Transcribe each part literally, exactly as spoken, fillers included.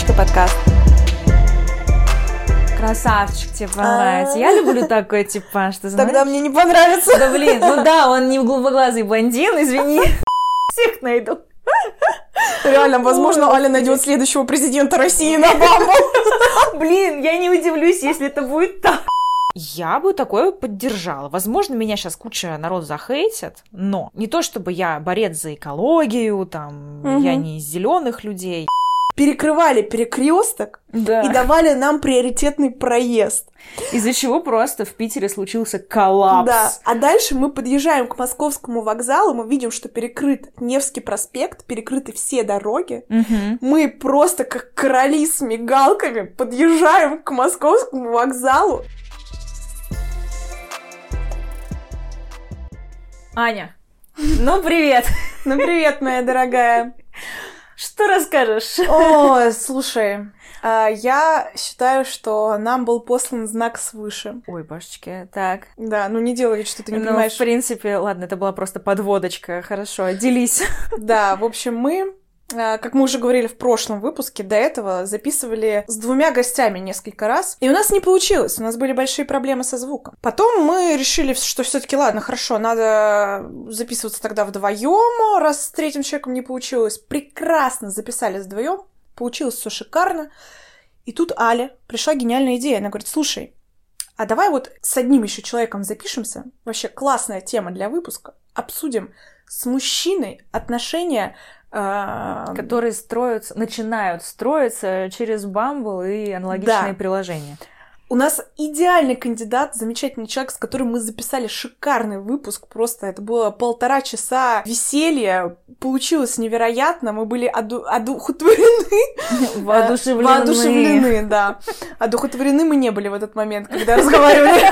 Стройничка подкаст. Красавчик, тебе понравится. Я люблю такой типаж, ты знаешь? Тогда мне не понравится. Да блин, ну да, он не голубоглазый блондин, извини. Всех найду. Реально, возможно, Аля найдет следующего президента России на Бамбл. Блин, я не удивлюсь, если это будет так. Я бы такое поддержала. Возможно, меня сейчас куча народ захейтит, но не то чтобы я борец за экологию, там, угу. Я не из зеленых людей. Перекрывали перекресток, да, и давали нам приоритетный проезд. Из-за чего просто в Питере случился коллапс. Да, а дальше мы подъезжаем к Московскому вокзалу, мы видим, что перекрыт Невский проспект, перекрыты все дороги. Угу. Мы просто как короли с мигалками подъезжаем к Московскому вокзалу. Аня, ну привет. Ну привет, моя дорогая. Что расскажешь? О, слушай, я считаю, что нам был послан знак свыше. Ой, башечки, так. Да, ну не делай вид, что ты не ну, понимаешь. в принципе, ладно, это была просто подводочка, хорошо, делись. Да, в общем, мы, как мы уже говорили в прошлом выпуске, до этого записывали с двумя гостями несколько раз, и у нас не получилось, у нас были большие проблемы со звуком. Потом мы решили, что все-таки ладно, хорошо, надо записываться тогда вдвоем, раз с третьим человеком не получилось. Прекрасно записались вдвоем, получилось все шикарно. И тут Аля пришла гениальная идея, она говорит: слушай, а давай вот с одним еще человеком запишемся, вообще классная тема для выпуска, обсудим с мужчиной отношения, которые строятся, начинают строиться через Бамбл и аналогичные да. приложения. У нас идеальный кандидат, замечательный человек, с которым мы записали шикарный выпуск. Просто это было полтора часа веселья. Получилось невероятно. Мы были оду- одухотворены. Воодушевлены. Воодушевлены, да. Одухотворены мы не были в этот момент, когда разговаривали.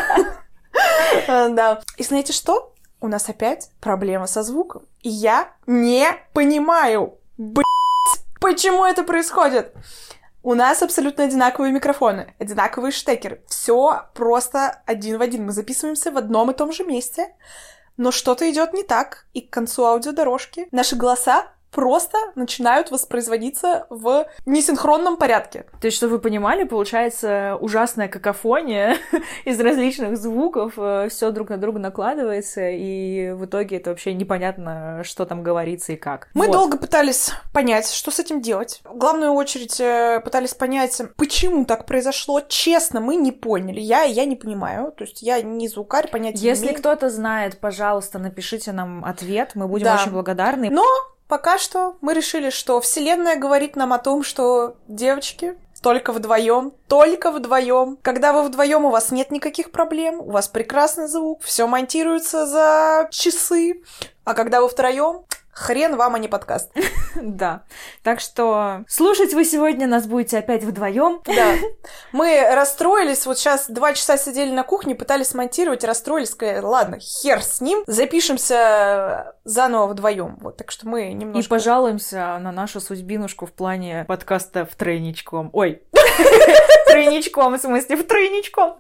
Да. И знаете что? У нас опять проблема со звуком. И я не понимаю, блять, почему это происходит. У нас абсолютно одинаковые микрофоны, одинаковые штекеры. Все просто один в один. Мы записываемся в одном и том же месте, но что-то идет не так, и к концу аудиодорожки наши голоса просто начинают воспроизводиться в несинхронном порядке. То есть, чтобы вы понимали, получается ужасная какофония из различных звуков, все друг на друга накладывается, и в итоге это вообще непонятно, что там говорится и как. Мы вот. долго пытались понять, что с этим делать. В главную очередь пытались понять, почему так произошло. Честно, мы не поняли. Я, я не понимаю. То есть я не звукарь, понятия не имею. Если кто-то знает, пожалуйста, напишите нам ответ, мы будем да. очень благодарны. Но пока что мы решили, что Вселенная говорит нам о том, что, девочки, только вдвоем, только вдвоем. Когда вы вдвоем, у вас нет никаких проблем, у вас прекрасный звук, все монтируется за часы. А когда вы втроем, хрен вам, а не подкаст. Да. Так что слушать вы сегодня нас будете опять вдвоем. Да. Мы расстроились. Вот сейчас два часа сидели на кухне, пытались монтировать, расстроились, сказали: ладно, хер с ним, запишемся заново вдвоем. Вот, так что мы немножко... И пожалуемся на нашу судьбинушку в плане подкаста втройничком. Ой, тройничком, в смысле, втройничком.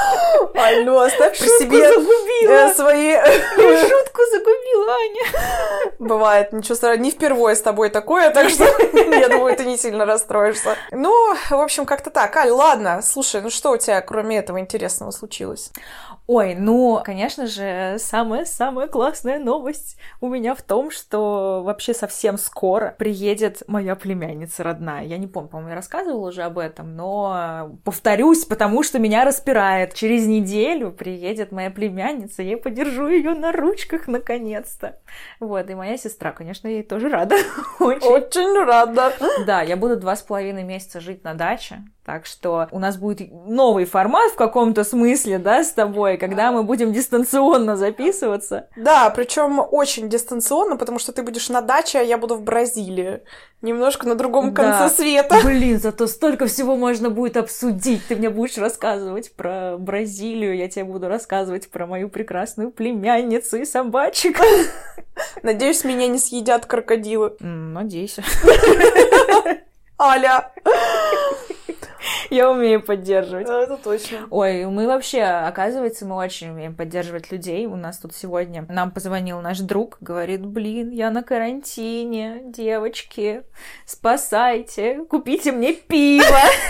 Алло, оставь при себе загубила. свои... Я шутку загубила, Аня. Бывает, ничего страшного, не впервые с тобой такое, так что я думаю, ты не сильно расстроишься. Ну, в общем, как-то так. Аль, ладно, слушай, ну что у тебя кроме этого интересного случилось? Ой, ну, конечно же, самая-самая классная новость у меня в том, что вообще совсем скоро приедет моя племянница родная. Я не помню, по-моему, я рассказывала уже об этом, но повторюсь, потому что меня распирает. Через неделю приедет моя племянница, я подержу ее на ручках наконец-то. Вот, и моя сестра, конечно, ей тоже рада. Очень, Очень рада. Да, я буду два с половиной месяца жить на даче. Так что у нас будет новый формат в каком-то смысле, да, с тобой, когда мы будем дистанционно записываться. Да, причем очень дистанционно, потому что ты будешь на даче, а я буду в Бразилии. Немножко на другом да. конце света. Блин, зато столько всего можно будет обсудить. Ты мне будешь рассказывать про Бразилию, я тебе буду рассказывать про мою прекрасную племянницу и собачек. Надеюсь, меня не съедят крокодилы. Надеюсь. Аля! Я умею поддерживать. Это точно. Ой, мы вообще, оказывается, мы очень умеем поддерживать людей. У нас тут сегодня нам позвонил наш друг, говорит, блин, я на карантине, девочки, спасайте, купите мне пиво.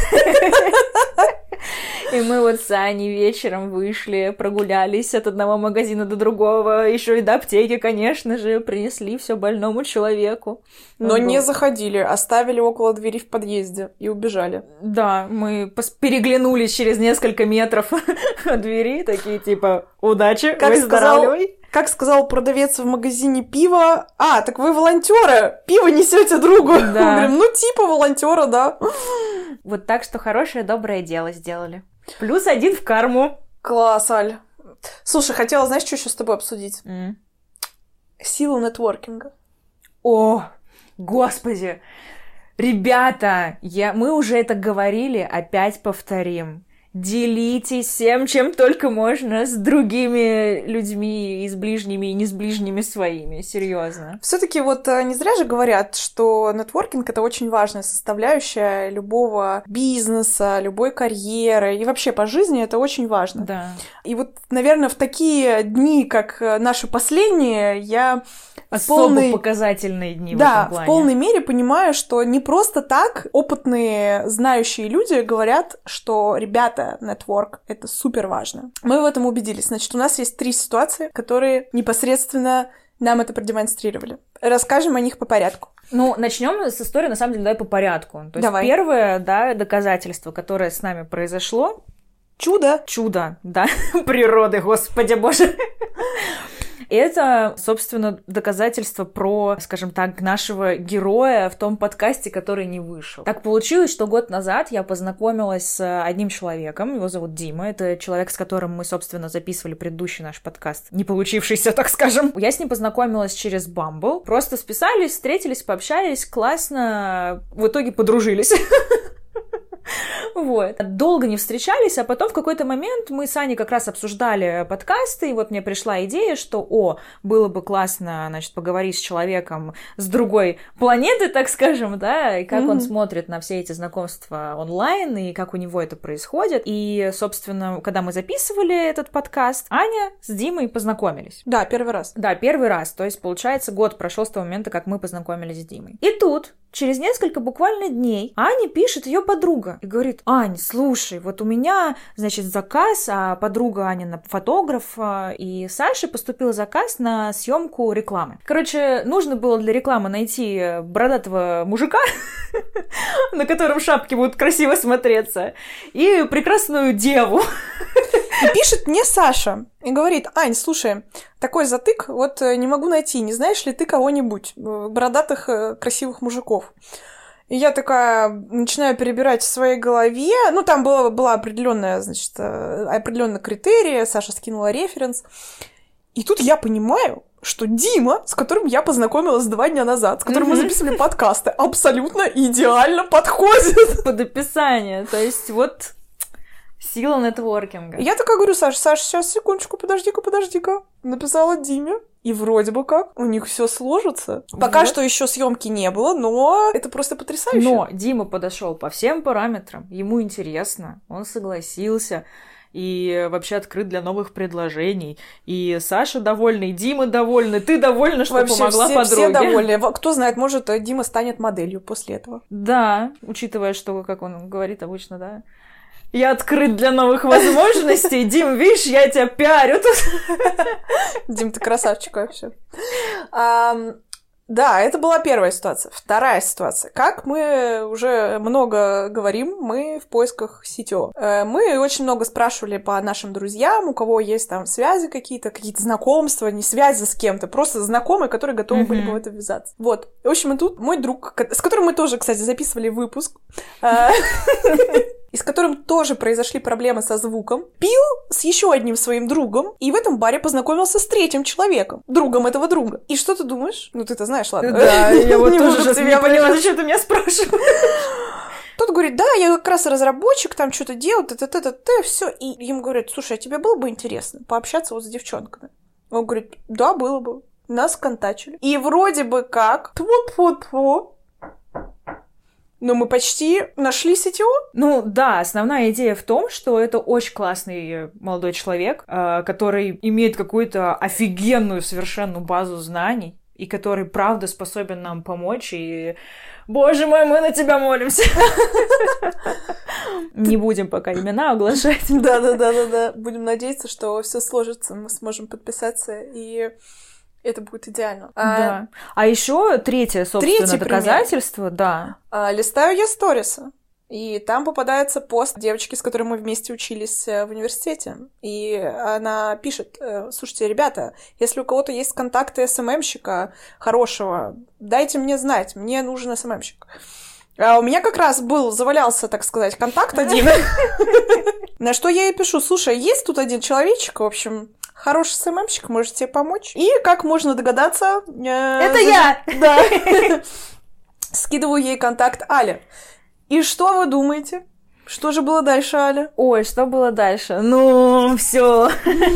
И мы вот с Аней вечером вышли, прогулялись от одного магазина до другого, еще и до аптеки, конечно же, принесли все больному человеку. Но не заходили, оставили около двери в подъезде и убежали. Да, мы переглянулись через несколько метров от двери, такие типа, удачи, как выздоравливай. Сказал, как сказал продавец в магазине пива, а, так вы волонтеры, пиво несете другу. Да. Мы говорим, ну типа волонтера, да. Вот так что хорошее, доброе дело сделали. Плюс один в карму. Класс, Аль. Слушай, хотела, знаешь, что еще с тобой обсудить? Mm. Силу нетворкинга. О, господи! Ребята, я... мы уже это говорили, опять повторим. Делитесь всем, чем только можно, с другими людьми, и с ближними, и не с ближними своими. Серьезно. Все-таки вот не зря же говорят, что нетворкинг — это очень важная составляющая любого бизнеса, любой карьеры, и вообще по жизни это очень важно. Да. И вот, наверное, в такие дни, как наши последние, я особо полной... показательные дни да, в этом плане. В полной мере понимаю, что не просто так опытные, знающие люди говорят, что, ребята, нетворк — это супер важно. Мы в этом убедились. Значит, у нас есть три ситуации, которые непосредственно нам это продемонстрировали. Расскажем о них по порядку. Ну, начнем с истории, на самом деле, давай по порядку. То есть давай. Первое, да, доказательство, которое с нами произошло. Чудо. Чудо, да, природы, господи боже. Это, собственно, доказательство про, скажем так, нашего героя в том подкасте, который не вышел. Так получилось, что год назад я познакомилась с одним человеком, его зовут Дима, это человек, с которым мы, собственно, записывали предыдущий наш подкаст, не получившийся, так скажем. Я с ним познакомилась через Bumble, просто списались, встретились, пообщались, классно, в итоге подружились. Вот. Долго не встречались, а потом в какой-то момент мы с Аней как раз обсуждали подкасты, и вот мне пришла идея, что, о, было бы классно, значит, поговорить с человеком с другой планеты, так скажем, да, и как mm-hmm. он смотрит на все эти знакомства онлайн, и как у него это происходит. И, собственно, когда мы записывали этот подкаст, Аня с Димой познакомились. Да, первый раз. Да, первый раз. То есть, получается, год прошел с того момента, как мы познакомились с Димой. И тут через несколько буквально дней Ане пишет ее подруга и говорит: Ань, слушай, вот у меня, значит, заказ, а подруга Анина фотограф, и Саше поступил заказ на съемку рекламы. Короче, нужно было для рекламы найти бородатого мужика, на котором шапки будут красиво смотреться, и прекрасную деву. И пишет мне Саша и говорит: Ань, слушай, такой затык, вот не могу найти, не знаешь ли ты кого-нибудь, бородатых красивых мужиков? И я такая начинаю перебирать в своей голове, ну, там была, была определенная, значит, определенные критерии, Саша скинула референс, и тут я понимаю, что Дима, с которым я познакомилась два дня назад, с которым mm-hmm. мы записывали подкасты, абсолютно идеально подходит. Под описание, то есть вот... Сила нетворкинга. Я такая говорю: Саша, Саша, сейчас, секундочку, подожди-ка, подожди-ка. Написала Диме, и вроде бы как у них все сложится. Пока вот. Что еще съемки не было, но это просто потрясающе. Но Дима подошел по всем параметрам, ему интересно, он согласился и вообще открыт для новых предложений. И Саша довольный, Дима довольный, ты довольна, что вообще помогла все, подруге. Все довольны. Кто знает, может, Дима станет моделью после этого. Да, учитывая, что, как он говорит обычно, да, я открыт для новых возможностей. Дим, видишь, я тебя пиарю тут. Дим, ты красавчик вообще. А, да, это была первая ситуация. Вторая ситуация. Как мы уже много говорим, мы в поисках сетевого. Мы очень много спрашивали по нашим друзьям, у кого есть там связи какие-то, какие-то знакомства, не связи с кем-то, просто знакомые, которые готовы mm-hmm. были бы в это ввязаться. Вот. В общем, и тут мой друг, с которым мы тоже, кстати, записывали выпуск, и с которым тоже произошли проблемы со звуком, пил с еще одним своим другом, и в этом баре познакомился с третьим человеком, другом этого друга. И что ты думаешь? Ну, ты-то знаешь, ладно. Да, я вот тоже сейчас не поняла, зачем ты меня спрашиваешь. Тот говорит: да, я как раз разработчик, там что-то делал, т-т-т-т, все. И ему говорят: слушай, а тебе было бы интересно пообщаться вот с девчонками? Он говорит: да, было бы. Нас контачили. И вроде бы как... Тьфу-тьфу-тьфу. Но мы почти нашли си ти о. Ну да, основная идея в том, что это очень классный молодой человек, который имеет какую-то офигенную совершенно базу знаний, и который, правда, способен нам помочь, и... Боже мой, мы на тебя молимся! Не будем пока имена оглашать. Да-да-да-да-да. Будем надеяться, что все сложится, мы сможем подписаться, и это будет идеально. Да. А еще третье, собственно, доказательство, да. Листаю я сторисы. И там попадается пост девочки, с которой мы вместе учились в университете. И она пишет: слушайте, ребята, если у кого-то есть контакты эс эм эм-щика хорошего, дайте мне знать, мне нужен эс эм эм-щик. А у меня как раз был, завалялся, так сказать, контакт один. На что я ей пишу: слушай, есть тут один человечек, в общем, хороший эс эм эм-щик, может тебе помочь? И, как можно догадаться... Это я! Да. Скидываю ей контакт Али. И что вы думаете? Что же было дальше, Аля? Ой, что было дальше? Ну, все.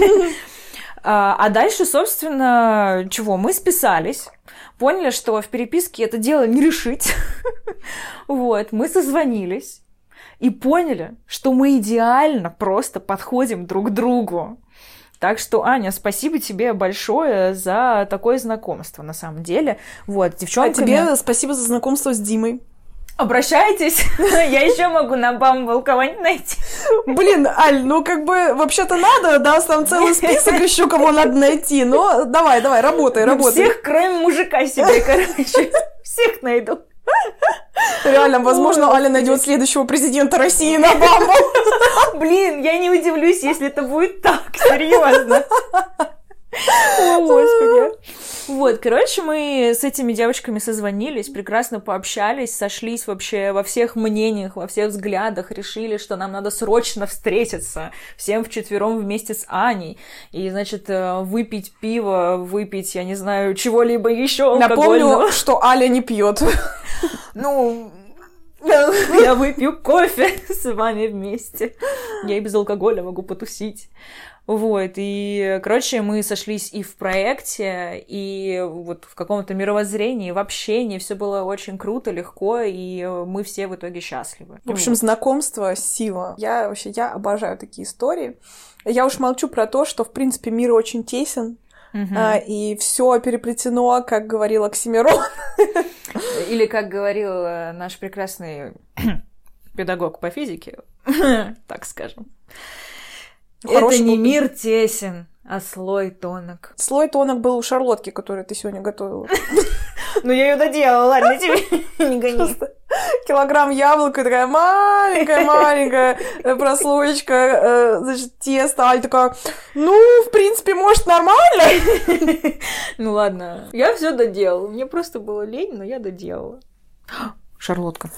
А дальше, собственно, чего? Мы списались, поняли, что в переписке это дело не решить. Вот, мы созвонились и поняли, что мы идеально просто подходим друг к другу. Так что, Аня, спасибо тебе большое за такое знакомство, на самом деле. Вот, девчонками... А тебе спасибо за знакомство с Димой. Обращайтесь, я еще могу на Бамбл кого-нибудь найти. Блин, Аль, ну как бы вообще-то надо, да, там целый список еще кого надо найти, но давай, давай, работай, работай. Всех, кроме мужика себе, короче, всех найду. Реально, возможно, Аля найдет следующего президента России на Бамбл. Блин, я не удивлюсь, если это будет так, серьезно. О, Господи. Вот, короче, мы с этими девочками созвонились, прекрасно пообщались, сошлись вообще во всех мнениях, во всех взглядах, решили, что нам надо срочно встретиться всем вчетвером вместе с Аней. И, значит, выпить пиво, выпить, я не знаю, чего-либо еще алкогольного. Напомню, что Аля не пьет. Ну... Я выпью кофе с вами вместе. Я и без алкоголя могу потусить. Вот, и, короче, мы сошлись и в проекте, и вот в каком-то мировоззрении, в общении. Все было очень круто, легко, и мы все в итоге счастливы. В общем, вот. Знакомство — сила. Я вообще, я обожаю такие истории. Я уж молчу про то, что, в принципе, мир очень тесен, uh-huh. а, и все переплетено, как говорил Оксимирон. Или, как говорил наш прекрасный педагог по физике, так скажем. Это не мир тесен, а слой тонок. Слой тонок был у шарлотки, которую ты сегодня готовила. Ну, я ее доделала, ладно, тебе не гони. Килограмм яблок и такая маленькая-маленькая прослоечка, значит, теста. Аля такая: ну, в принципе, может, нормально. Ну, ладно, я все доделала. Мне просто было лень, но я доделала. Шарлотка.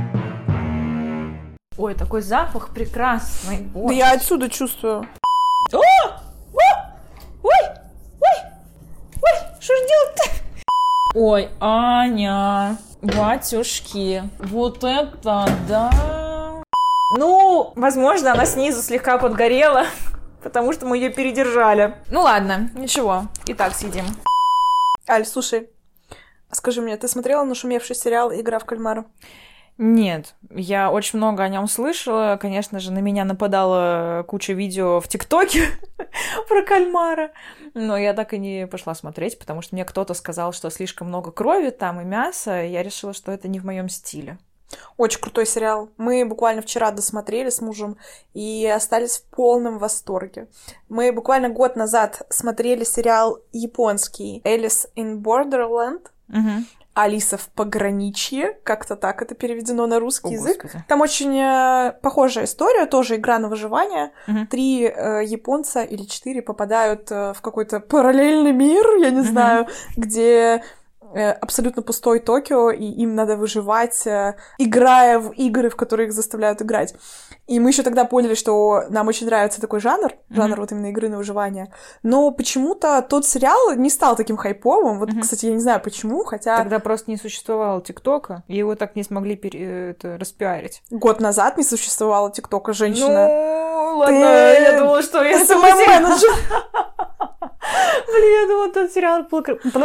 Ой, такой запах прекрасный. Да я отсюда чувствую. О! О! Ой! Ой! Ой! Что ж делать-то? Ой, Аня, батюшки, вот это да! Ну, возможно, она снизу слегка подгорела, потому что мы ее передержали. Ну ладно, ничего, и так съедим. Аль, слушай, скажи мне, ты смотрела нашумевший сериал «Игра в кальмара»? Нет, я очень много о нем слышала. Конечно же, на меня нападала куча видео в ТикТоке про кальмара. Но я так и не пошла смотреть, потому что мне кто-то сказал, что слишком много крови там и мяса. И я решила, что это не в моем стиле. Очень крутой сериал. Мы буквально вчера досмотрели с мужем и остались в полном восторге. Мы буквально год назад смотрели сериал японский «Alice in Borderland». Угу. «Алиса в пограничье», как-то так это переведено на русский О, язык. Господи. Там очень э, похожая история, тоже игра на выживание. Uh-huh. Три э, японца или четыре попадают э, в какой-то параллельный мир, я не uh-huh. знаю, где э, абсолютно пустой Токио, и им надо выживать, э, играя в игры, в которые их заставляют играть. И мы еще тогда поняли, что нам очень нравится такой жанр, жанр mm-hmm. вот именно игры на выживание. Но почему-то тот сериал не стал таким хайповым. Вот, mm-hmm. кстати, я не знаю почему, хотя... Тогда просто не существовало ТикТока, и его так не смогли пере... это, распиарить. Год назад не существовало ТикТока, женщина. Ну, ладно, я думала, что я... эс эм эм-менеджер. Блин, я думала, тот сериал был...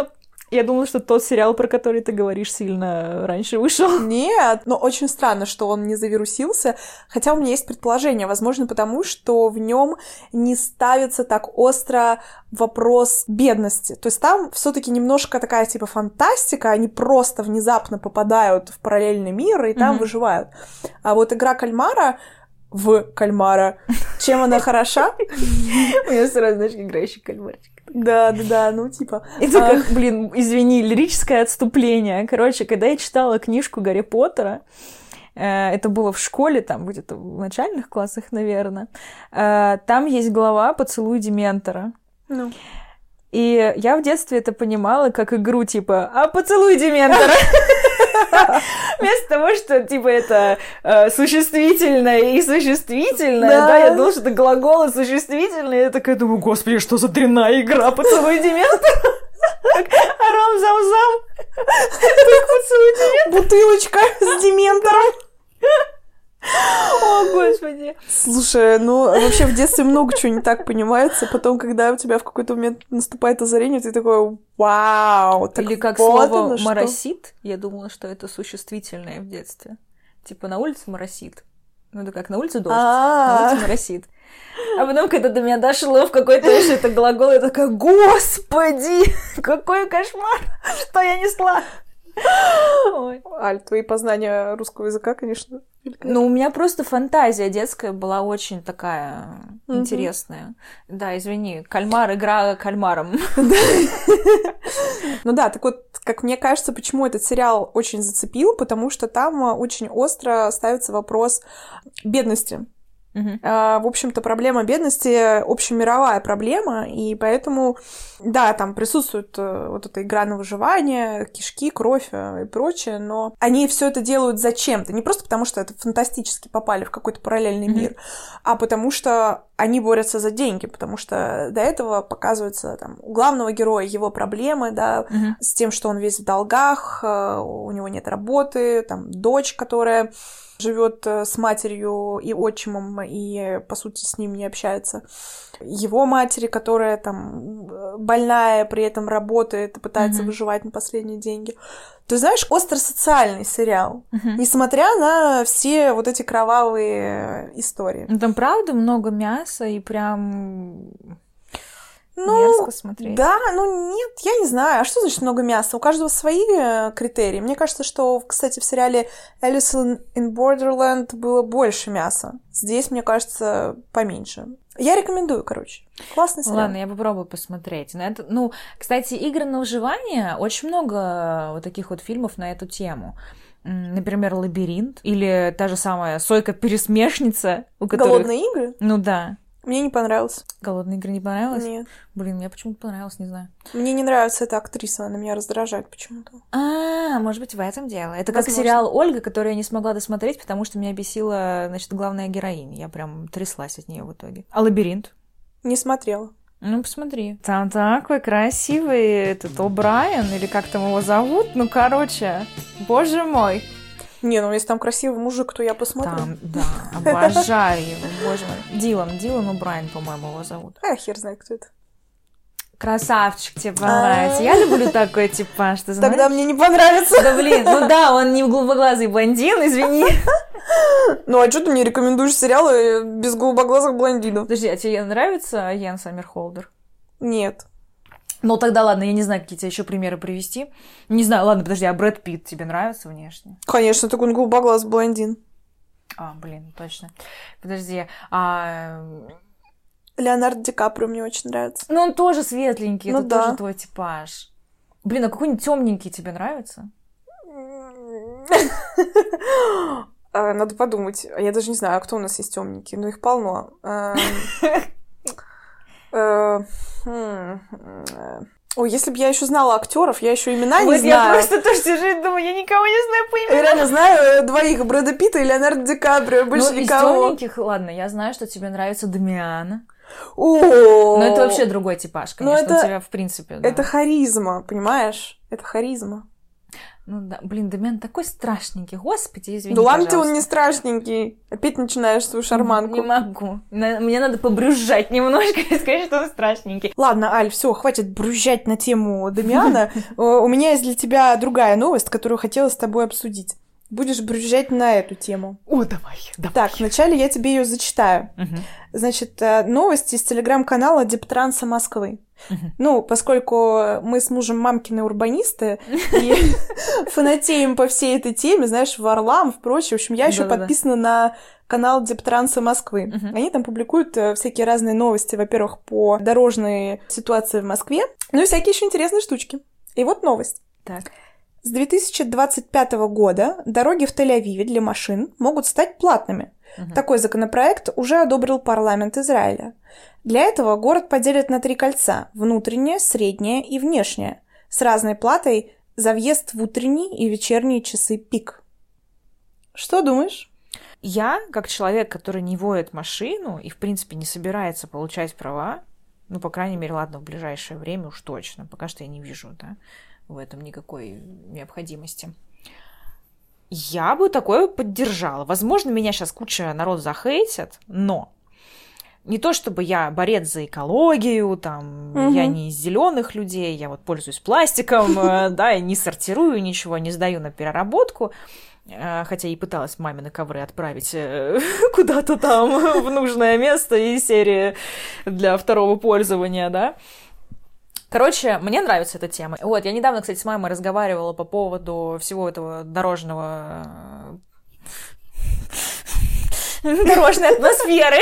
Я думала, что тот сериал, про который ты говоришь, сильно раньше вышел. Нет, но очень странно, что он не завирусился, хотя у меня есть предположение, возможно, потому что в нем не ставится так остро вопрос бедности. То есть там все-таки немножко такая типа фантастика, они просто внезапно попадают в параллельный мир и там mm-hmm. выживают. А вот игра кальмара в кальмара, чем она хороша? У меня сразу, знаешь, играющий кальмарчик. Да, да, да, ну типа... Это а... как, блин, извини, лирическое отступление. Короче, когда я читала книжку Гарри Поттера, э, это было в школе, там где-то в начальных классах, наверное, э, там есть глава «Поцелуй Дементора». Ну. И я в детстве это понимала как игру, типа, а поцелуй Дементора! Вместо того, что, типа, это э, существительное и существительное, да. да, я думала, что это глаголы существительные, я такая думаю, господи, что за дрянная игра, поцелуй Дементора? Арам-зам-зам. Поцелуй Дементора. Бутылочка с Дементором. О, господи. Слушай, ну, вообще в детстве много чего не так понимается. Потом, когда у тебя в какой-то момент наступает озарение, ты такой, вау, так Или как вот слово что... «моросит». Я думала, что это существительное в детстве. Типа на улице моросит. Ну, это как на улице дождь, на улице моросит. А потом, когда до меня дошло в какой-то, что это глагол, я такая, господи, какой кошмар, что я несла. Ой. Аль, твои познания русского языка, конечно, великолепны. Ну, у меня просто фантазия детская была очень такая mm-hmm. интересная. Да, извини, кальмар, игра кальмаром. Ну да, так вот, как мне кажется, почему этот сериал очень зацепил, потому что там очень остро ставится вопрос бедности. Uh-huh. В общем-то, проблема бедности — общемировая проблема, и поэтому, да, там присутствует вот эта игра на выживание, кишки, кровь и прочее, но они все это делают зачем-то. Не просто потому, что это фантастически попали в какой-то параллельный uh-huh. мир, а потому что они борются за деньги, потому что до этого показывается там, у главного героя его проблемы, да, uh-huh. с тем, что он весь в долгах, у него нет работы, там дочь, которая живет с матерью и отчимом, и, по сути, с ним не общается. Его матери, которая там больная, при этом работает и пытается mm-hmm. выживать на последние деньги. Ты знаешь, остро-социальный сериал, mm-hmm. несмотря на все вот эти кровавые истории. Ну, там, правда, много мяса и прям... Ну, мерзко смотреть. Да, ну нет, я не знаю. А что значит много мяса? У каждого свои критерии. Мне кажется, что, кстати, в сериале Alice in Borderland было больше мяса. Здесь, мне кажется, поменьше. Я рекомендую, короче. Классный сериал. Ладно, я попробую посмотреть. На это, ну, кстати, игры на выживание, очень много вот таких вот фильмов на эту тему. Например, «Лабиринт» или та же самая «Сойка-пересмешница», у которой... «Голодные игры»? Ну да. Мне не понравилось. «Голодные игры» не понравилось? Нет. Блин, мне почему-то понравилось, не знаю. Мне не нравится эта актриса, она меня раздражает почему-то. А, может быть, в этом дело. Это Возможно. Как сериал «Ольга», который я не смогла досмотреть, потому что меня бесила, значит, главная героиня. Я прям тряслась от нее в итоге. А «Лабиринт»? Не смотрела. Ну, посмотри. Там такой красивый этот О'Брайен, или как там его зовут. Ну, короче, боже мой. Не, ну если там красивый мужик, то я посмотрю. Там, да, обожаю его, боже мой. Дилан, Дилан О'Брайен, по-моему, его зовут. А, хер знает, кто это. Красавчик, тебе понравится. Я люблю такой типаж, ты знаешь? Тогда мне не понравится. Да блин, ну да, он не голубоглазый блондин, извини. Ну а что ты мне рекомендуешь сериалы без голубоглазых блондинов? Подожди, а тебе нравится Йен Сомерхолдер? Нет. Ну тогда ладно, я не знаю, какие тебе еще примеры привести. Не знаю, ладно, подожди, а Брэд Питт тебе нравится внешне? Конечно, такой он голубоглазый блондин. А, блин, точно. Подожди, а... Леонардо Ди Каприо мне очень нравится. Ну он тоже светленький, ну, это да. тоже твой типаж. Блин, а какой-нибудь темненький тебе нравится? Надо подумать. Я даже не знаю, кто у нас есть темненький, но их полно. Ой, если бы я еще знала актеров, я еще имена вот не знаю. Я просто тоже сижу и думаю, я никого не знаю по именам. Я реально знаю двоих: Брэда Питта и Леонардо Ди Каприо, больше ну, никого. Из темненьких, ладно, я знаю, что тебе нравится Дамиана. О-о-о. Но это вообще другой типаж, конечно, это, у тебя в принципе. Да. Это харизма, понимаешь? Это харизма. Ну да, блин, Дамиан такой страшненький, господи, извини, Да ладно, пожалуйста. он не страшненький. Опять начинаешь свою шарманку. Не могу. Мне надо побрюзжать немножко и сказать, что он страшненький. Ладно, Аль, все, хватит брюзжать на тему Дамиана. У меня есть для тебя другая новость, которую хотела с тобой обсудить. Будешь брюзжать на эту тему. О, давай, давай. Так, вначале я тебе ее зачитаю. Угу. Значит, новость из телеграм-канала Дептранса Москвы. Угу. Ну, поскольку мы с мужем мамкины урбанисты и фанатеем по всей этой теме, знаешь, Варлам, впрочем, в общем, я еще подписана на канал Дептранса Москвы. Они там публикуют всякие разные новости, во-первых, по дорожной ситуации в Москве, ну и всякие еще интересные штучки. И вот новость. Так. С две тысячи двадцать пятого года дороги в Тель-Авиве для машин могут стать платными. Угу. Такой законопроект уже одобрил парламент Израиля. Для этого город поделят на три кольца – внутреннее, среднее и внешнее, с разной платой за въезд в утренние и вечерние часы пик. Что думаешь? Я, как человек, который не водит машину и, в принципе, не собирается получать права, ну, по крайней мере, ладно, в ближайшее время уж точно, пока что я не вижу, да, в этом никакой необходимости. Я бы такое поддержала. Возможно, меня сейчас куча народ захейтит, но не то чтобы я борец за экологию, там, угу. я не из зеленых людей, я вот пользуюсь пластиком, да, и не сортирую ничего, не сдаю на переработку, хотя и пыталась мамины ковры отправить куда-то там в нужное место из серии для второго пользования, да. Короче, мне нравится эта тема. Вот, я недавно, кстати, с мамой разговаривала по поводу всего этого дорожного... дорожной атмосферы.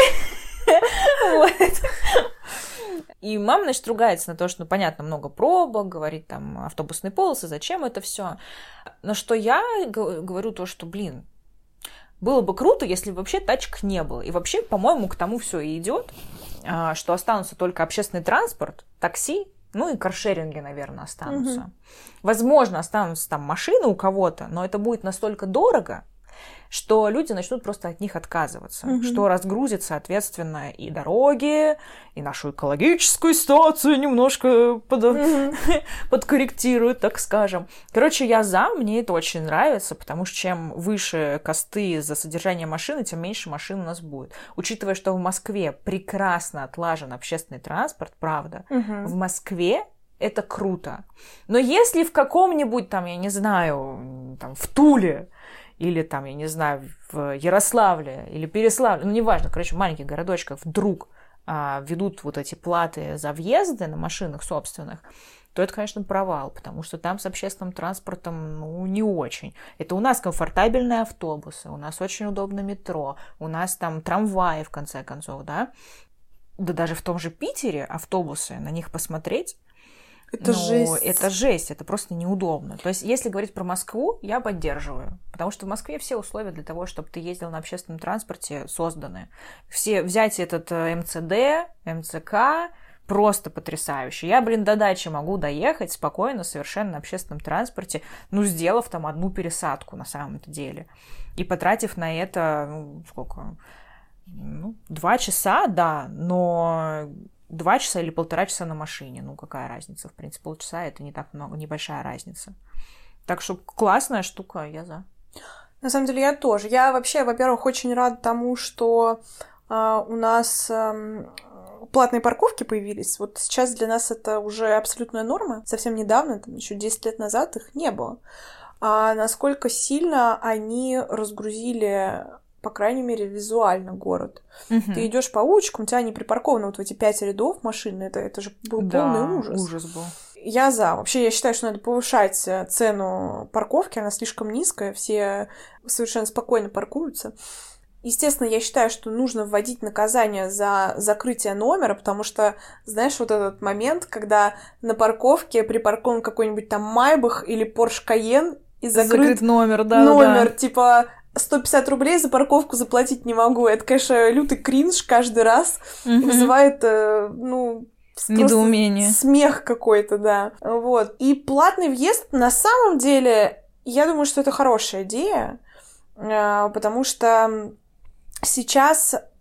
И мама, значит, ругается на то, что, ну, понятно, много пробок, говорит, там, автобусные полосы, зачем это все. Но что я говорю то, что, блин, было бы круто, если бы вообще тачек не было. И вообще, по-моему, к тому все и идет, что останутся только общественный транспорт, такси, ну и каршеринги, наверное, останутся. Угу. Возможно, останутся там машины у кого-то, но это будет настолько дорого, что люди начнут просто от них отказываться, угу. что разгрузит, соответственно, и дороги, и нашу экологическую ситуацию немножко под... угу. подкорректирует, так скажем. Короче, я за, мне это очень нравится, потому что чем выше косты за содержание машины, тем меньше машин у нас будет. Учитывая, что в Москве прекрасно отлажен общественный транспорт, правда, угу. в Москве это круто. Но если в каком-нибудь, там, я не знаю, там, в Туле, или там, я не знаю, в Ярославле или Переславле, ну, неважно, короче, в маленьких городочках вдруг а, ведут вот эти платы за въезды на машинах собственных, то это, конечно, провал, потому что там с общественным транспортом, ну, не очень. Это у нас комфортабельные автобусы, у нас очень удобно метро, у нас там трамваи, в конце концов, да. Да даже в том же Питере автобусы, на них посмотреть, Это ну, жесть. Это жесть, это просто неудобно. То есть, если говорить про Москву, я поддерживаю. Потому что в Москве все условия для того, чтобы ты ездил на общественном транспорте, созданы. Все, взять этот эм цэ дэ, эм цэ ка, просто потрясающе. Я, блин, до дачи могу доехать спокойно, совершенно на общественном транспорте, ну, сделав там одну пересадку на самом-то деле. И потратив на это, ну, сколько? Ну, два часа, да, но... Два часа или полтора часа на машине. Ну, какая разница? В принципе, полчаса — это не так много, небольшая разница. Так что классная штука, я за. На самом деле, я тоже. Я вообще, во-первых, очень рада тому, что э, у нас э, платные парковки появились. Вот сейчас для нас это уже абсолютная норма. Совсем недавно, там, еще десять лет назад, их не было. А насколько сильно они разгрузили... по крайней мере, визуально город. Угу. Ты идешь по улочкам, у тебя не припаркованы вот в эти пять рядов машин, это, это же был да, полный ужас. ужас был. Я за. Вообще, я считаю, что надо повышать цену парковки, она слишком низкая, все совершенно спокойно паркуются. Естественно, я считаю, что нужно вводить наказание за закрытие номера, потому что, знаешь, вот этот момент, когда на парковке припаркован какой-нибудь там Майбах или Порш Кайен, и закрыт, закрыт номер, да, номер, да. типа... сто пятьдесят рублей за парковку заплатить не могу. Это, конечно, лютый кринж каждый раз. Угу. Вызывает, ну... недоумение. Смех какой-то, да. Вот. И платный въезд, на самом деле, я думаю, что это хорошая идея, потому что сейчас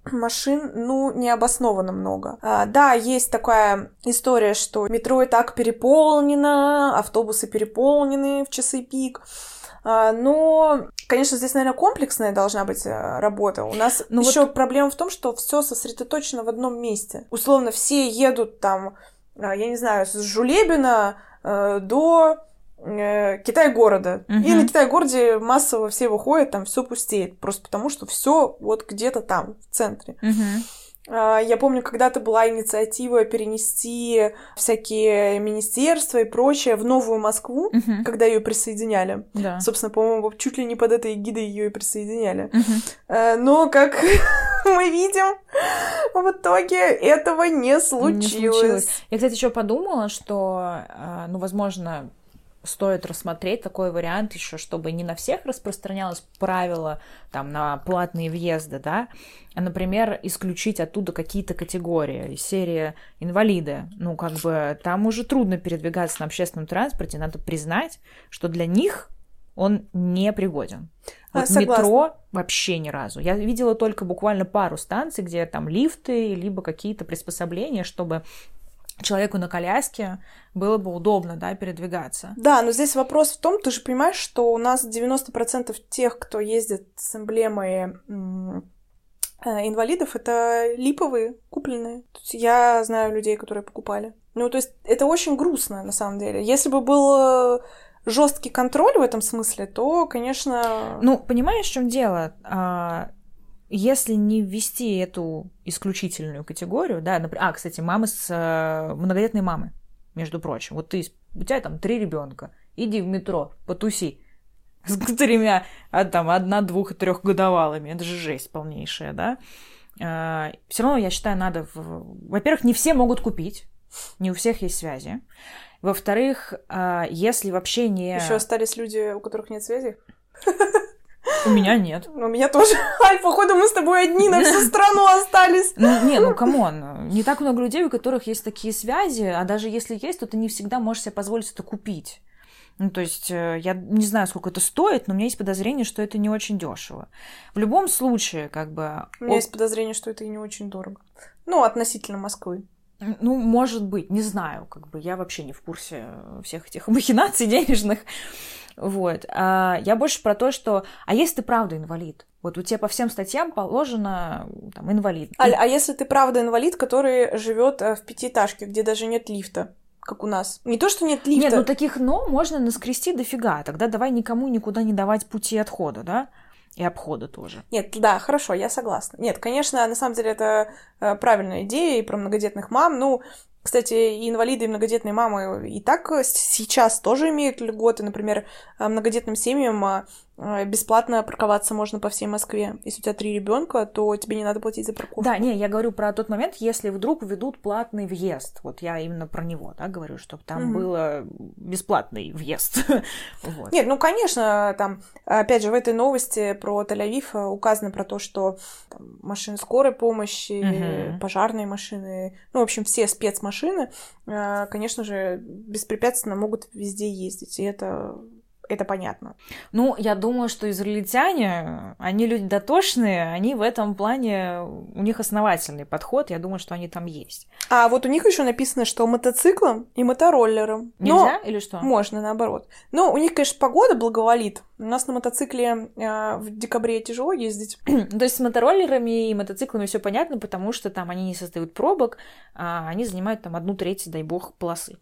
машин, ну, необоснованно много. А, да, есть такая история, что метро и так переполнено, автобусы переполнены в часы пик. А, но, конечно, здесь, наверное, комплексная должна быть работа. У нас ну еще вот... проблема в том, что все сосредоточено в одном месте. Условно, все едут там, я не знаю, с Жулебина э, до... Китай-города. Uh-huh. И на Китай-городе массово все выходят, там все пустеет. Просто потому, что все вот где-то там, в центре. Uh-huh. Я помню, когда-то была инициатива перенести всякие министерства и прочее в Новую Москву, uh-huh. когда ее присоединяли. Uh-huh. Собственно, по-моему, чуть ли не под этой эгидой ее и присоединяли. Uh-huh. Но, как мы видим, в итоге этого не случилось. не случилось. Я, кстати, еще подумала, что, ну, возможно, стоит рассмотреть такой вариант еще, чтобы не на всех распространялось правило там, на платные въезды, да, а, например, исключить оттуда какие-то категории, из серии инвалиды. Ну, как бы там уже трудно передвигаться на общественном транспорте, надо признать, что для них он не пригоден. Вот а, метро вообще ни разу. Я видела только буквально пару станций, где там лифты, либо какие-то приспособления, чтобы человеку на коляске было бы удобно, да, передвигаться. Да, но здесь вопрос в том, ты же понимаешь, что у нас девяносто процентов тех, кто ездит с эмблемой м- э, инвалидов, это липовые, купленные. Я знаю людей, которые покупали. Ну, то есть это очень грустно, на самом деле. Если бы был жесткий контроль в этом смысле, то, конечно... Ну, понимаешь, в чем дело? А... Если не ввести эту исключительную категорию, да, например, а, кстати, мамы с э, многодетные мамы, между прочим, вот ты, у тебя там три ребенка, иди в метро, потуси с тремя, а там одна, двух и трехгодовалыми, это же жесть полнейшая, да. Э, все равно, я считаю, надо, в... во-первых, не все могут купить, не у всех есть связи, во-вторых, э, если вообще не... Еще остались люди, у которых нет связи? У меня нет. У меня тоже. Ай, походу, мы с тобой одни на всю страну остались. Ну, не, ну, камон. Не так много людей, у которых есть такие связи, а даже если есть, то ты не всегда можешь себе позволить это купить. Ну, то есть, я не знаю, сколько это стоит, но у меня есть подозрение, что это не очень дешево. В любом случае, как бы... У меня есть подозрение, что это и не очень дорого. Ну, относительно Москвы. Ну, может быть, не знаю, как бы я вообще не в курсе всех этих махинаций денежных. Вот. А я больше про то, что... А если ты правда инвалид? Вот у тебя по всем статьям положено там, инвалид. А, а если ты правда инвалид, который живет в пятиэтажке, где даже нет лифта, как у нас? Не то, что нет лифта. Нет, ну таких «но» можно наскрести дофига. Тогда давай никому никуда не давать пути отхода, да? И обхода тоже. Нет, да, хорошо, я согласна. Нет, конечно, на самом деле это э, правильная идея и про многодетных мам. Ну, кстати, и инвалиды, и многодетные мамы и так сейчас тоже имеют льготы. Например, многодетным семьям бесплатно парковаться можно по всей Москве. Если у тебя три ребенка, то тебе не надо платить за парковку. Да, не, я говорю про тот момент, если вдруг введут платный въезд. Вот я именно про него, да, говорю, чтобы там mm-hmm. было бесплатный въезд. Вот. Нет, ну, конечно, там, опять же, в этой новости про Тель-Авив указано про то, что там, машины скорой помощи, mm-hmm. пожарные машины, ну, в общем, все спецмашины, конечно же, беспрепятственно могут везде ездить, и это... Это понятно. Ну, я думаю, что израильтяне, они люди дотошные, они в этом плане, у них основательный подход, я думаю, что они там есть. А вот у них еще написано, что мотоциклам и мотороллерам. Нельзя или что? Можно, наоборот. Но у них, конечно, погода благоволит. У нас на мотоцикле э, в декабре тяжело ездить. То есть с мотороллерами и мотоциклами все понятно, потому что там они не создают пробок, а они занимают там одну треть, дай бог, полосы.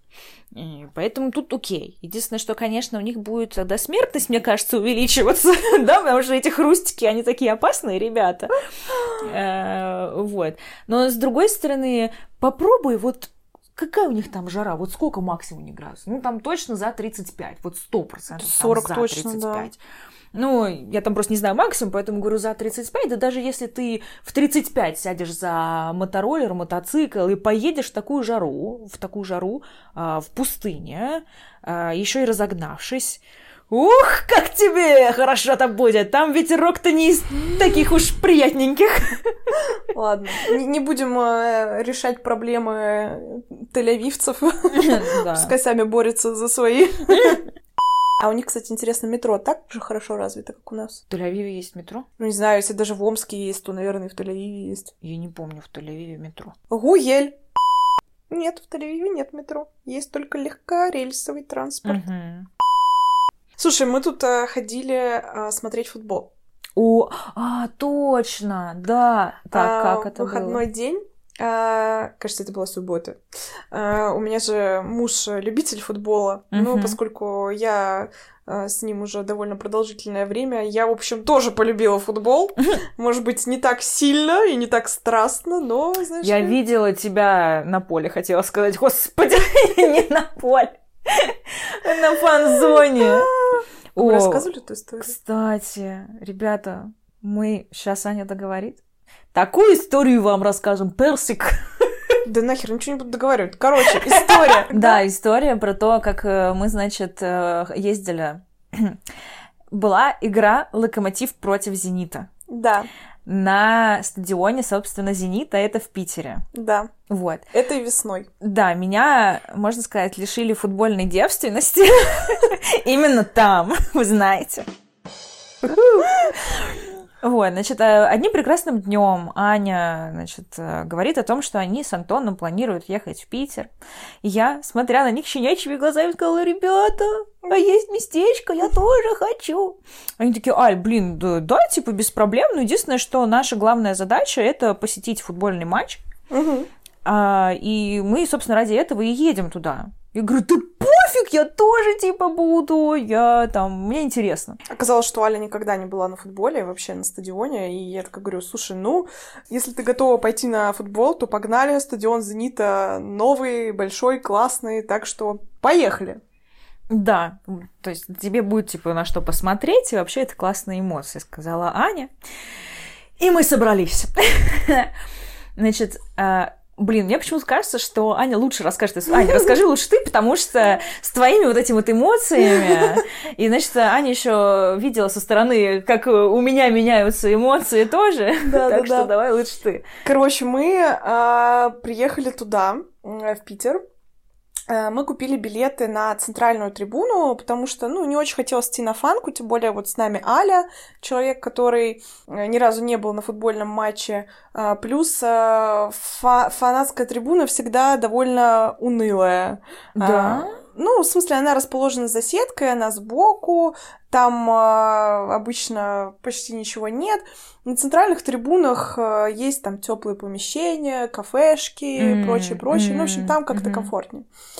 И поэтому тут окей. Единственное, что, конечно, у них будет тогда смертность, мне кажется, увеличиваться, да, потому что эти хрустики, они такие опасные ребята. Вот. Но, с другой стороны, попробуй вот какая у них там жара? Вот сколько максимум градусов? Ну, там точно за тридцать пять. Вот сто процентов. сорок точно, тридцать пять. Да. Ну, я там просто не знаю максимум, поэтому говорю за тридцать пять. Да даже если ты в тридцать пять сядешь за мотороллер, мотоцикл и поедешь в такую жару, в такую жару, в пустыне, еще и разогнавшись, ух, как тебе хорошо-то будет! Там ветерок-то не из таких уж приятненьких. Ладно, не будем э, решать проблемы тель-авивцев. Пускай сами борются за свои. А у них, кстати, интересно, метро так же хорошо развито, как у нас? В Тель-Авиве есть метро? Ну, не знаю, если даже в Омске есть, то, наверное, и в Тель-Авиве есть. Я не помню в Тель-Авиве метро. Гуель. Нет, в Тель-Авиве нет метро. Есть только легкорельсовый транспорт. Угу. Слушай, мы тут а, ходили а, смотреть футбол. О, а, точно, да. Так, а, как это выходной было? день. А, кажется, это была суббота. А, у меня же муж любитель футбола. Uh-huh. Ну, поскольку я а, с ним уже довольно продолжительное время, я, в общем, тоже полюбила футбол. Uh-huh. Может быть, не так сильно и не так страстно, но, знаешь... Я как... видела тебя на поле, хотела сказать. Господи, не на поле. На фан-зоне. Вы рассказывали эту историю? Кстати, ребята, мы... Сейчас Аня договорит. Такую историю вам расскажем, персик. Да нахер, ничего не буду договаривать. Короче, история. Да, история про то, как мы, значит, ездили. Была игра «Локомотив против Зенита». Да. На стадионе, собственно, Зенита, это в Питере. Да. Вот. Это и весной. Да, меня, можно сказать, лишили футбольной девственности. Именно там, вы знаете. Вот, значит, одним прекрасным днем Аня, значит, говорит о том, что они с Антоном планируют ехать в Питер. И я, смотря на них щенячьими глазами, сказала: ребята, а есть местечко, я тоже хочу. Они такие: Аль, блин, да, да, типа, без проблем. Но единственное, что наша главная задача — это посетить футбольный матч. Угу. А, и мы, собственно, ради этого и едем туда. Я говорю: ты пофиг, я тоже, типа, буду, я там, мне интересно. Оказалось, что Аля никогда не была на футболе, вообще на стадионе, и я так говорю: слушай, ну, если ты готова пойти на футбол, то погнали, стадион «Зенита» новый, большой, классный, так что поехали. Да, то есть тебе будет, типа, на что посмотреть, и вообще это классные эмоции, сказала Аня. И мы собрались. Значит, блин, мне почему-то кажется, что Аня лучше расскажет. Аня, расскажи лучше ты, потому что с твоими вот этими вот эмоциями. И, значит, Аня еще видела со стороны, как у меня меняются эмоции тоже. Да, так да, что да. давай лучше ты. Короче, мы а, приехали туда, в Питер. Мы купили билеты на центральную трибуну, потому что, ну, не очень хотелось идти на фанку, тем более вот с нами Аля, человек, который ни разу не был на футбольном матче, плюс фа- фанатская трибуна всегда довольно унылая. Да? Ну, в смысле, она расположена за сеткой, она сбоку, там э, обычно почти ничего нет. На центральных трибунах э, есть там теплые помещения, кафешки, mm-hmm. прочее, прочее. Mm-hmm. Ну, в общем, там как-то mm-hmm. комфортнее.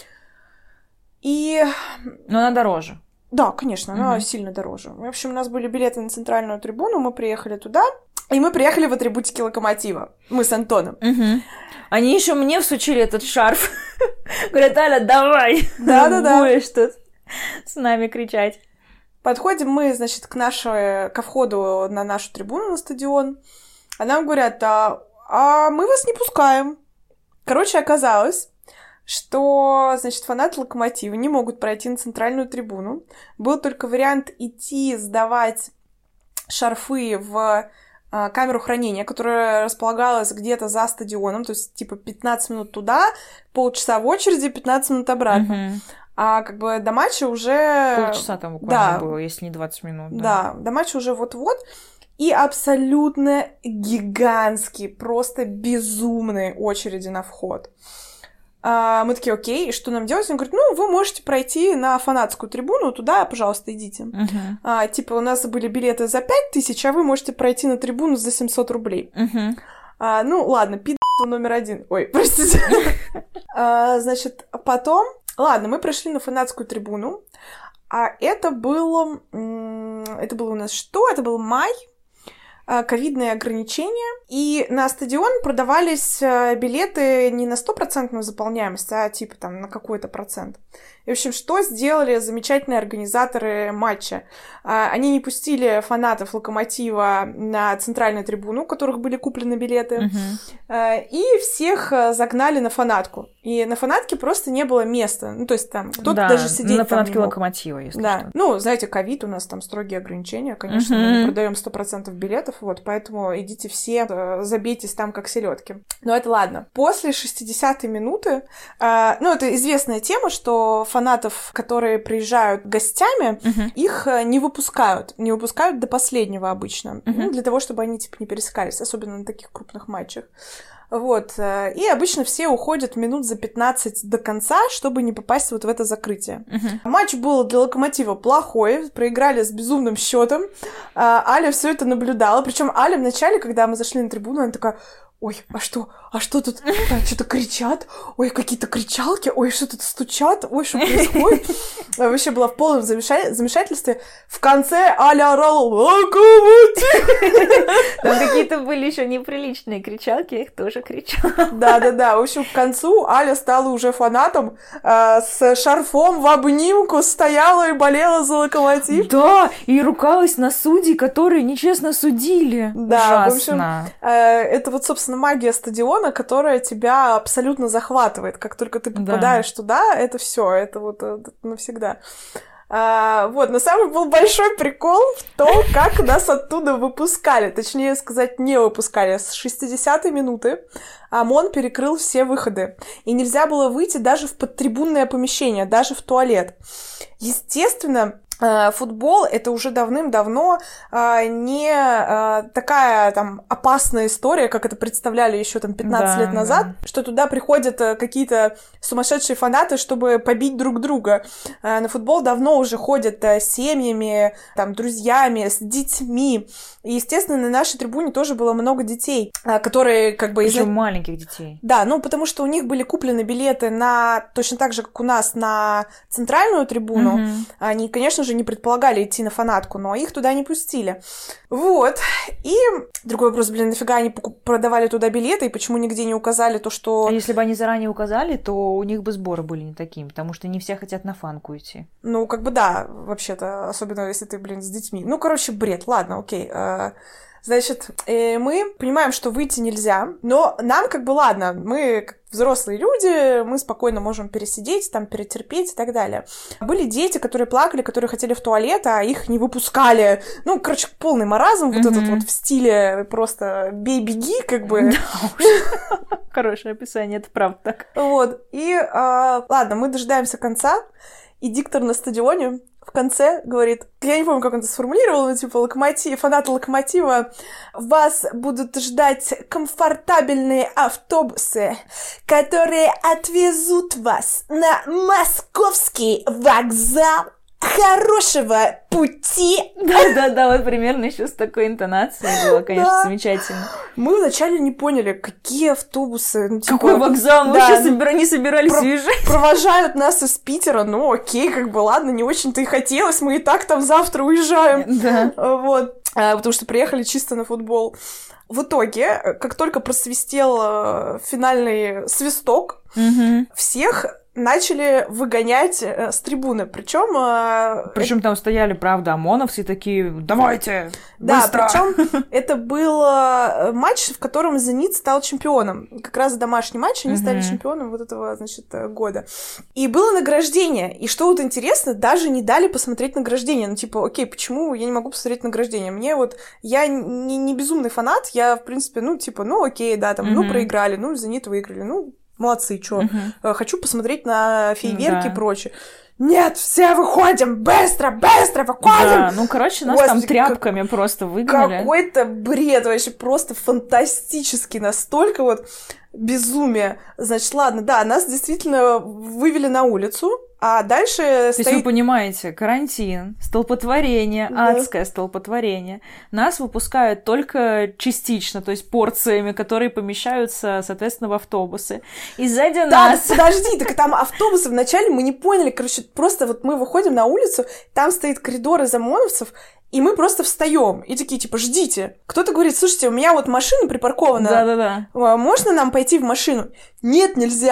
И... Но она дороже. Да, конечно, она mm-hmm. сильно дороже. В общем, у нас были билеты на центральную трибуну, мы приехали туда, и мы приехали в атрибутике «Локомотива». Мы с Антоном. Mm-hmm. Они еще мне всучили этот шарф. Говорят: Аля, давай. Да-да-да. Будешь тут с нами кричать. Подходим мы, значит, к нашей, ко входу на нашу трибуну на стадион. А нам говорят: а, а мы вас не пускаем. Короче, оказалось, что, значит, фанаты «Локомотива» не могут пройти на центральную трибуну. Был только вариант идти сдавать шарфы в камеру хранения, которая располагалась где-то за стадионом, то есть, типа, пятнадцать минут туда, полчаса в очереди, пятнадцать минут обратно. Uh-huh. А как бы до матча уже... Полчаса там буквально да. было, если не двадцать минут. Да. да, до матча уже вот-вот. И абсолютно гигантские, просто безумные очереди на вход. А мы такие: окей, и что нам делать? Он говорит: ну, вы можете пройти на фанатскую трибуну, туда, пожалуйста, идите. Uh-huh. А, типа, у нас были билеты за пять тысяч, а вы можете пройти на трибуну за семьсот рублей. Uh-huh. А, ну, ладно, пи***ство номер один. Ой, простите. а, значит, потом... Ладно, мы пришли на фанатскую трибуну, а это было... Это было у нас что? Это был май, ковидные ограничения, и на стадион продавались билеты не на стопроцентную заполняемость, а типа там на какой-то процент. И, в общем, что сделали замечательные организаторы матча? Они не пустили фанатов «Локомотива» на центральную трибуну, у которых были куплены билеты, uh-huh. и всех загнали на фанатку. И на фанатке просто не было места. Ну, то есть там кто-то да, даже сидеть на там фанатке не мог. Локомотива, если да. что. Ну, знаете, ковид, у нас там строгие ограничения, конечно, uh-huh. мы не продаем сто процентов билетов, вот, поэтому идите все, забейтесь там как селедки. Но это ладно. После шестидесятой минуты, э, ну, это известная тема, что фанатов, которые приезжают гостями, uh-huh. их не выпускают. Не выпускают до последнего обычно. Uh-huh. Ну, для того, чтобы они, типа, не пересекались, особенно на таких крупных матчах. Вот, и обычно все уходят минут за пятнадцать до конца, чтобы не попасть вот в это закрытие. Uh-huh. Матч был для Локомотива плохой, проиграли с безумным счетом. Аля все это наблюдала, причем Аля вначале, когда мы зашли на трибуну, она такая: ой, а что, а что тут, так, что-то кричат, ой, какие-то кричалки, ой, что тут стучат, ой, что происходит. Вообще была в полном замешательстве. В конце Аля орала: «Локомотив!» Там какие-то были еще неприличные кричалки, я их тоже кричала. Да-да-да, в общем, к концу Аля стала уже фанатом, э, с шарфом в обнимку стояла и болела за Локомотив. Да, и ругалась на судей, которые нечестно судили. Да, ужасно. В общем, э, это вот, собственно, магия стадиона, которая тебя абсолютно захватывает. Как только ты попадаешь да. туда, это все, это вот это навсегда. А, вот, но самый был большой прикол в том, как нас оттуда выпускали. Точнее сказать, не выпускали. С шестидесятой минуты ОМОН перекрыл все выходы. И нельзя было выйти даже в подтрибунное помещение, даже в туалет. Естественно, футбол — это уже давным-давно не такая там опасная история, как это представляли еще там пятнадцать да, лет назад, да. что туда приходят какие-то сумасшедшие фанаты, чтобы побить друг друга. На футбол давно уже ходят семьями, там, друзьями, с детьми. И, естественно, на нашей трибуне тоже было много детей, которые как бы... Причем из... маленьких детей. Да, ну, потому что у них были куплены билеты на... Точно так же, как у нас, на центральную трибуну. Mm-hmm. Они, конечно же, не предполагали идти на фанатку, но их туда не пустили. Вот. И другой вопрос, блин, нафига они продавали туда билеты, и почему нигде не указали то, что... А если бы они заранее указали, то у них бы сборы были не такими, потому что не все хотят на фанку идти. Ну, как бы да, вообще-то, особенно если ты, блин, с детьми. Ну, короче, бред, ладно, окей. Значит, мы понимаем, что выйти нельзя, но нам как бы ладно, мы как взрослые люди, мы спокойно можем пересидеть, там, перетерпеть и так далее. Были дети, которые плакали, которые хотели в туалет, а их не выпускали. Ну, короче, полный маразм, mm-hmm. вот этот вот в стиле просто бей-беги, как бы. Хорошее описание, это правда так. Вот, и ладно, мы дожидаемся конца, и диктор на стадионе в конце говорит, я не помню, как он это сформулировал, но типа локомотив, фанаты Локомотива, вас будут ждать комфортабельные автобусы, которые отвезут вас на московский вокзал. Хорошего пути! Да-да-да, вот примерно еще с такой интонацией было, конечно, да. замечательно. Мы вначале не поняли, какие автобусы. Ну, типа, какой вокзал? Мы да, вообще собира... не собирались про- уезжать. Провожают нас из Питера, ну окей, как бы ладно, не очень-то и хотелось, мы и так там завтра уезжаем. Да. Вот, а, потому что приехали чисто на футбол. В итоге, как только просвистел финальный свисток, угу. всех начали выгонять э, с трибуны. Причем... Э, Причем там стояли, правда, ОМОНовцы такие, давайте, да, быстро! Причем это был э, матч, в котором «Зенит» стал чемпионом. Как раз домашний матч, они mm-hmm. стали чемпионом вот этого, значит, года. И было награждение. И что вот интересно, даже не дали посмотреть награждение. Ну, типа, окей, почему я не могу посмотреть награждение? Мне вот... Я не, не безумный фанат, я, в принципе, ну, типа, ну, окей, да, там, mm-hmm. ну, проиграли, ну, «Зенит» выиграли, ну, молодцы, чё. Uh-huh. Хочу посмотреть на фейерверки да. и прочее. Нет, все выходим, быстро, быстро выходим! Да, ну, короче, нас Господи, там тряпками как... просто выгнали. Какой-то бред вообще, просто фантастический, настолько вот безумие. Значит, ладно, да, нас действительно вывели на улицу, а дальше То стоит... есть вы понимаете, карантин, столпотворение, да. адское столпотворение. Нас выпускают только частично, то есть порциями, которые помещаются, соответственно, в автобусы. И сзади да, нас... подожди, так там автобусы вначале мы не поняли, короче, просто вот мы выходим на улицу, там стоит коридор из ОМОНовцев, и мы просто встаем и такие, типа, ждите. Кто-то говорит, слушайте, у меня вот машина припаркована. Да-да-да. Можно нам пойти в машину? Нет, нельзя.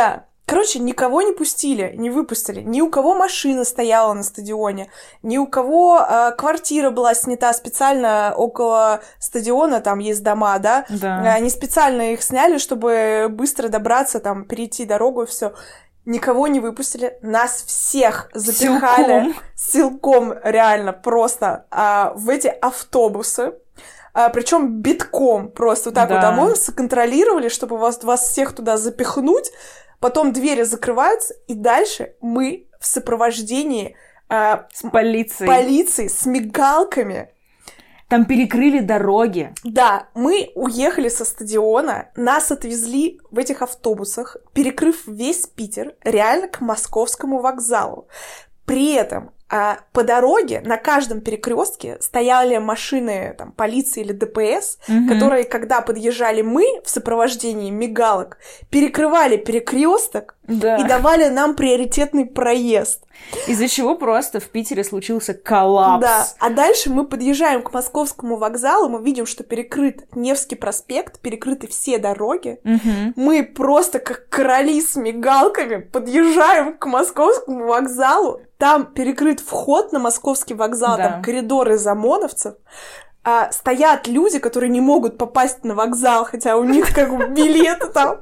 Короче, никого не пустили, не выпустили. Ни у кого машина стояла на стадионе, ни у кого э, квартира была снята специально около стадиона, там есть дома, да? Да. Они специально их сняли, чтобы быстро добраться, там, перейти дорогу и все. Никого не выпустили, нас всех запихали силком, силком реально просто а, в эти автобусы. А, причем битком просто вот так да. вот. А мы контролировали, чтобы вас, вас всех туда запихнуть. Потом двери закрываются, и дальше мы в сопровождении а, с полицией. полиции, с мигалками. Там перекрыли дороги. Да, мы уехали со стадиона, нас отвезли в этих автобусах, перекрыв весь Питер, реально к московскому вокзалу. При этом а, по дороге на каждом перекрестке стояли машины там, полиции или ДПС, угу. которые, когда подъезжали мы в сопровождении мигалок, перекрывали перекресток да. и давали нам приоритетный проезд. Из-за чего просто в Питере случился коллапс. Да, а дальше мы подъезжаем к московскому вокзалу, мы видим, что перекрыт Невский проспект, перекрыты все дороги. Угу. Мы просто как короли с мигалками подъезжаем к московскому вокзалу, там перекрыт вход на московский вокзал, да. там коридоры из ОМОНовцев. А, стоят люди, которые не могут попасть на вокзал, хотя у них как бы билеты там.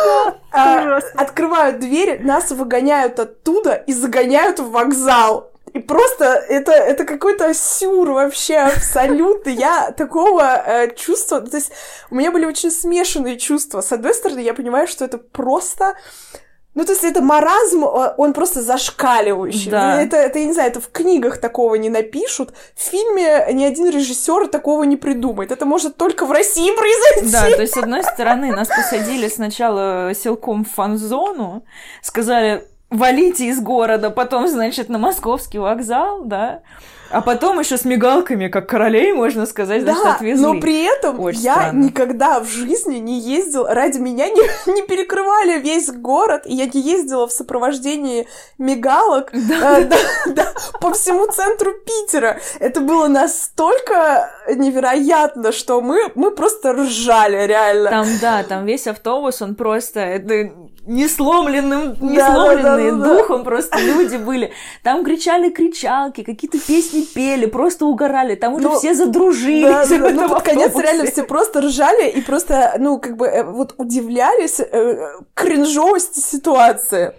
А, открывают двери, нас выгоняют оттуда и загоняют в вокзал. И просто это, это какой-то сюр вообще абсолютно. Я такого э, чувства... То есть у меня были очень смешанные чувства. С одной стороны, я понимаю, что это просто... Ну, то есть это маразм, он просто зашкаливающий. Да. Это, это, я не знаю, это в книгах такого не напишут. В фильме ни один режиссер такого не придумает. Это может только в России произойти. Да, то есть, с одной стороны, нас посадили сначала силком в фан-зону, сказали, валите из города, потом, значит, на московский вокзал, да, а потом еще с мигалками, как королей, можно сказать, да, значит, отвезли. Но при этом Очень я странно. никогда в жизни не ездила, ради меня не, не перекрывали весь город, и я не ездила в сопровождении мигалок да. э, да, да, по всему центру Питера. Это было настолько невероятно, что мы, мы просто ржали, реально. Там, да, там весь автобус, он просто... Это... несломленным, да, несломленные да, да, да, духом да. просто люди были. Там кричали кричалки, какие-то песни пели, просто угорали. Там уже ну, все задружились. Да, да, да. Ну, под конец реально все просто ржали и просто, ну, как бы, вот удивлялись э, кринжовости ситуации.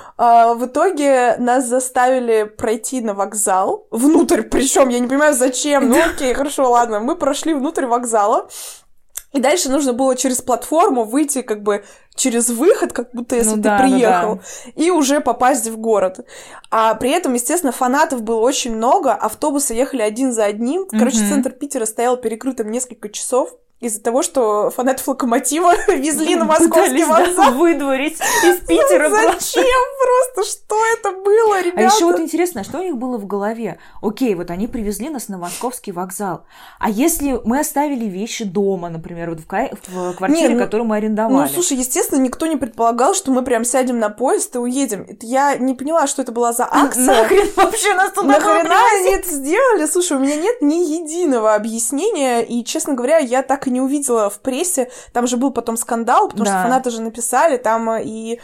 А, в итоге нас заставили пройти на вокзал. Внутрь, причем я не понимаю, зачем. Ну, окей, хорошо, ладно. Мы прошли внутрь вокзала. И дальше нужно было через платформу выйти как бы через выход, как будто если ну, ты да, приехал, да, да. и уже попасть в город. А при этом, естественно, фанатов было очень много, автобусы ехали один за одним. Короче, mm-hmm. центр Питера стоял перекрытым несколько часов из-за того, что фанатов «Локомотива» везли на московский вокзал. Выдворить из Питера. Ну, зачем просто? Что это было, ребята? А еще вот интересно, что у них было в голове? Окей, вот они привезли нас на московский вокзал. А если мы оставили вещи дома, например, вот в, ка- в квартире, Нет, ну, которую мы арендовали? Ну, слушай, естественно, никто не предполагал, что мы прям сядем на поезд и уедем. Я не поняла, что это была за акция. Нахрен вообще нас туда Нахрена они это сделали? Слушай, у меня нет ни единого объяснения, и, честно говоря, я так и не увидела в прессе, там же был потом скандал, потому да. что фанаты же написали, там и,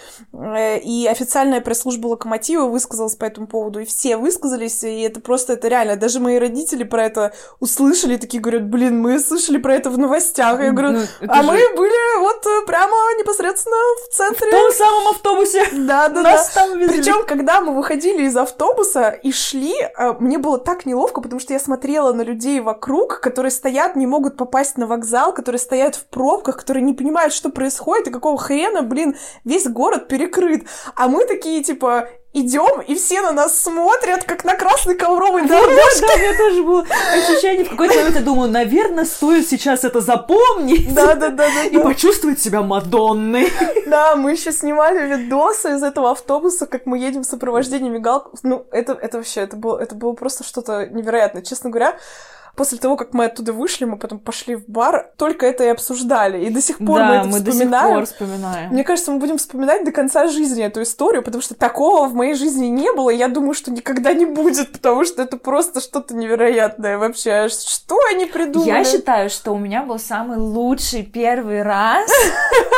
и официальная пресс-служба «Локомотива» высказалась по этому поводу, и все высказались, и это просто, это реально, даже мои родители про это услышали, такие говорят, блин, мы слышали про это в новостях, я говорю, ну, а же... мы были вот прямо непосредственно в центре. В том самом автобусе. Да, да, Нас да. там везли. Причем, когда мы выходили из автобуса и шли, мне было так неловко, потому что я смотрела на людей вокруг, которые стоят, не могут попасть на вокзал, которые стоят в пробках, которые не понимают, что происходит, и какого хрена, блин, весь город перекрыт. А мы такие, типа, идем, и все на нас смотрят, как на красной ковровой дорожке. Да, да, у меня тоже было ощущение. В какой-то момент я думаю, наверное, стоит сейчас это запомнить. Да, да, да, да. И почувствовать себя Мадонной. Да, мы еще снимали видосы из этого автобуса, как мы едем в сопровождении мигалок. Ну, это, это вообще, это было, это было просто что-то невероятное. Честно говоря, после того, как мы оттуда вышли, мы потом пошли в бар, только это и обсуждали. И до сих пор да, мы это мы вспоминаем. до сих пор вспоминаем. Мне кажется, мы будем вспоминать до конца жизни эту историю, потому что такого в моей жизни не было, и я думаю, что никогда не будет, потому что это просто что-то невероятное вообще. Что они придумали? Я считаю, что у меня был самый лучший первый раз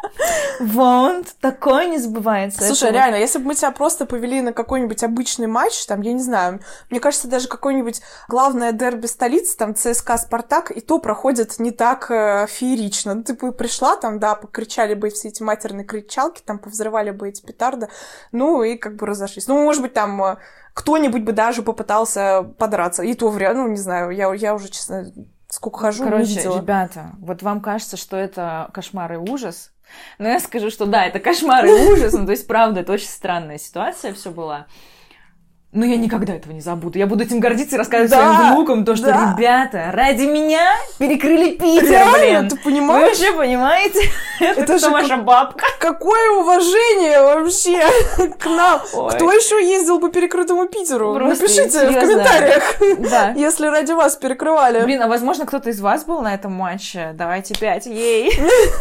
Вот, такое не забывается. Слушай, реально, если бы мы тебя просто повели на какой-нибудь обычный матч, там, я не знаю, мне кажется, даже какое-нибудь главное дерби столицы, там, ЦСКА, Спартак, и то проходит не так э, феерично. Ну, ты бы пришла, там, да, покричали бы все эти матерные кричалки, там, повзрывали бы эти петарды, ну, и как бы разошлись. Ну, может быть, там, э, кто-нибудь бы даже попытался подраться, и то вряд, ну, не знаю, я, я уже, честно, сколько хожу, Короче, не видела. ребята, вот вам кажется, что это кошмар и ужас, но я скажу, что да, это кошмар и ужас, ну, то есть, правда, это очень странная ситуация все была. Но я никогда этого не забуду. Я буду этим гордиться и рассказывать да, своим внукам то, что, да. ребята, ради меня перекрыли Питер, реально, блин. Ты понимаешь? Вы вообще понимаете? Это, это же ваша как... бабка. Какое уважение вообще к нам. Ой. Кто еще ездил по перекрытому Питеру? Просто напишите серьезно. В комментариях, да. Если ради вас перекрывали. Блин, а возможно, кто-то из вас был на этом матче? Давайте пять, ей.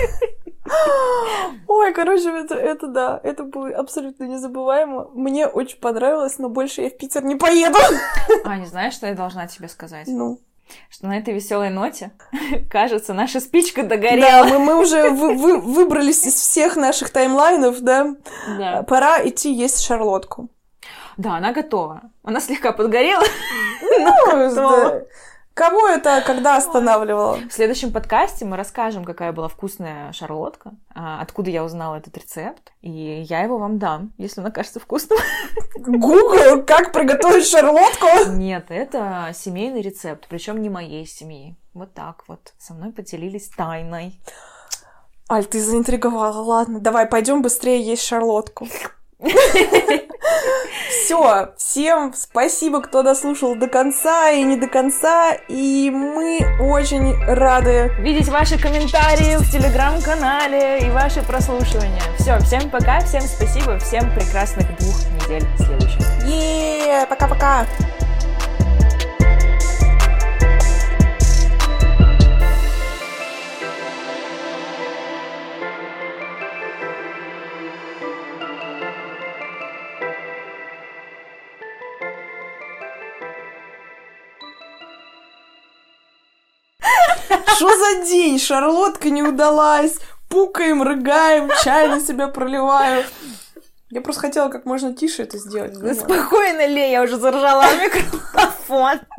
Ой, короче, это, это да, это было абсолютно незабываемо. Мне очень понравилось, но больше я в Питер не поеду. Аня, знаешь, что я должна тебе сказать? Ну? Что на этой веселой ноте, кажется, наша спичка догорела. Да, мы, мы уже вы, вы, выбрались из всех наших таймлайнов, да? Да. Пора идти есть шарлотку. Да, она готова. Она слегка подгорела. Ну, да. Кого это когда останавливало? В следующем подкасте мы расскажем, какая была вкусная шарлотка, откуда я узнала этот рецепт, и я его вам дам, если он окажется вкусным. Гугл, как приготовить шарлотку? Нет, это семейный рецепт, причем не моей семьи. Вот так вот. Со мной поделились тайной. Аль, ты заинтриговала. Ладно, давай пойдем быстрее есть шарлотку. Все, всем спасибо, кто дослушал до конца и не до конца, и мы очень рады видеть ваши комментарии в телеграм-канале и ваши прослушивания. Все, всем пока, всем спасибо, всем прекрасных двух недель следующих. Е-е-е, пока-пока. Что за день? Шарлотка не удалась. Пукаем, рыгаем, чай на себя проливаю. Я просто хотела как можно тише это сделать. Спокойно, Ле, я уже заржала в микрофон.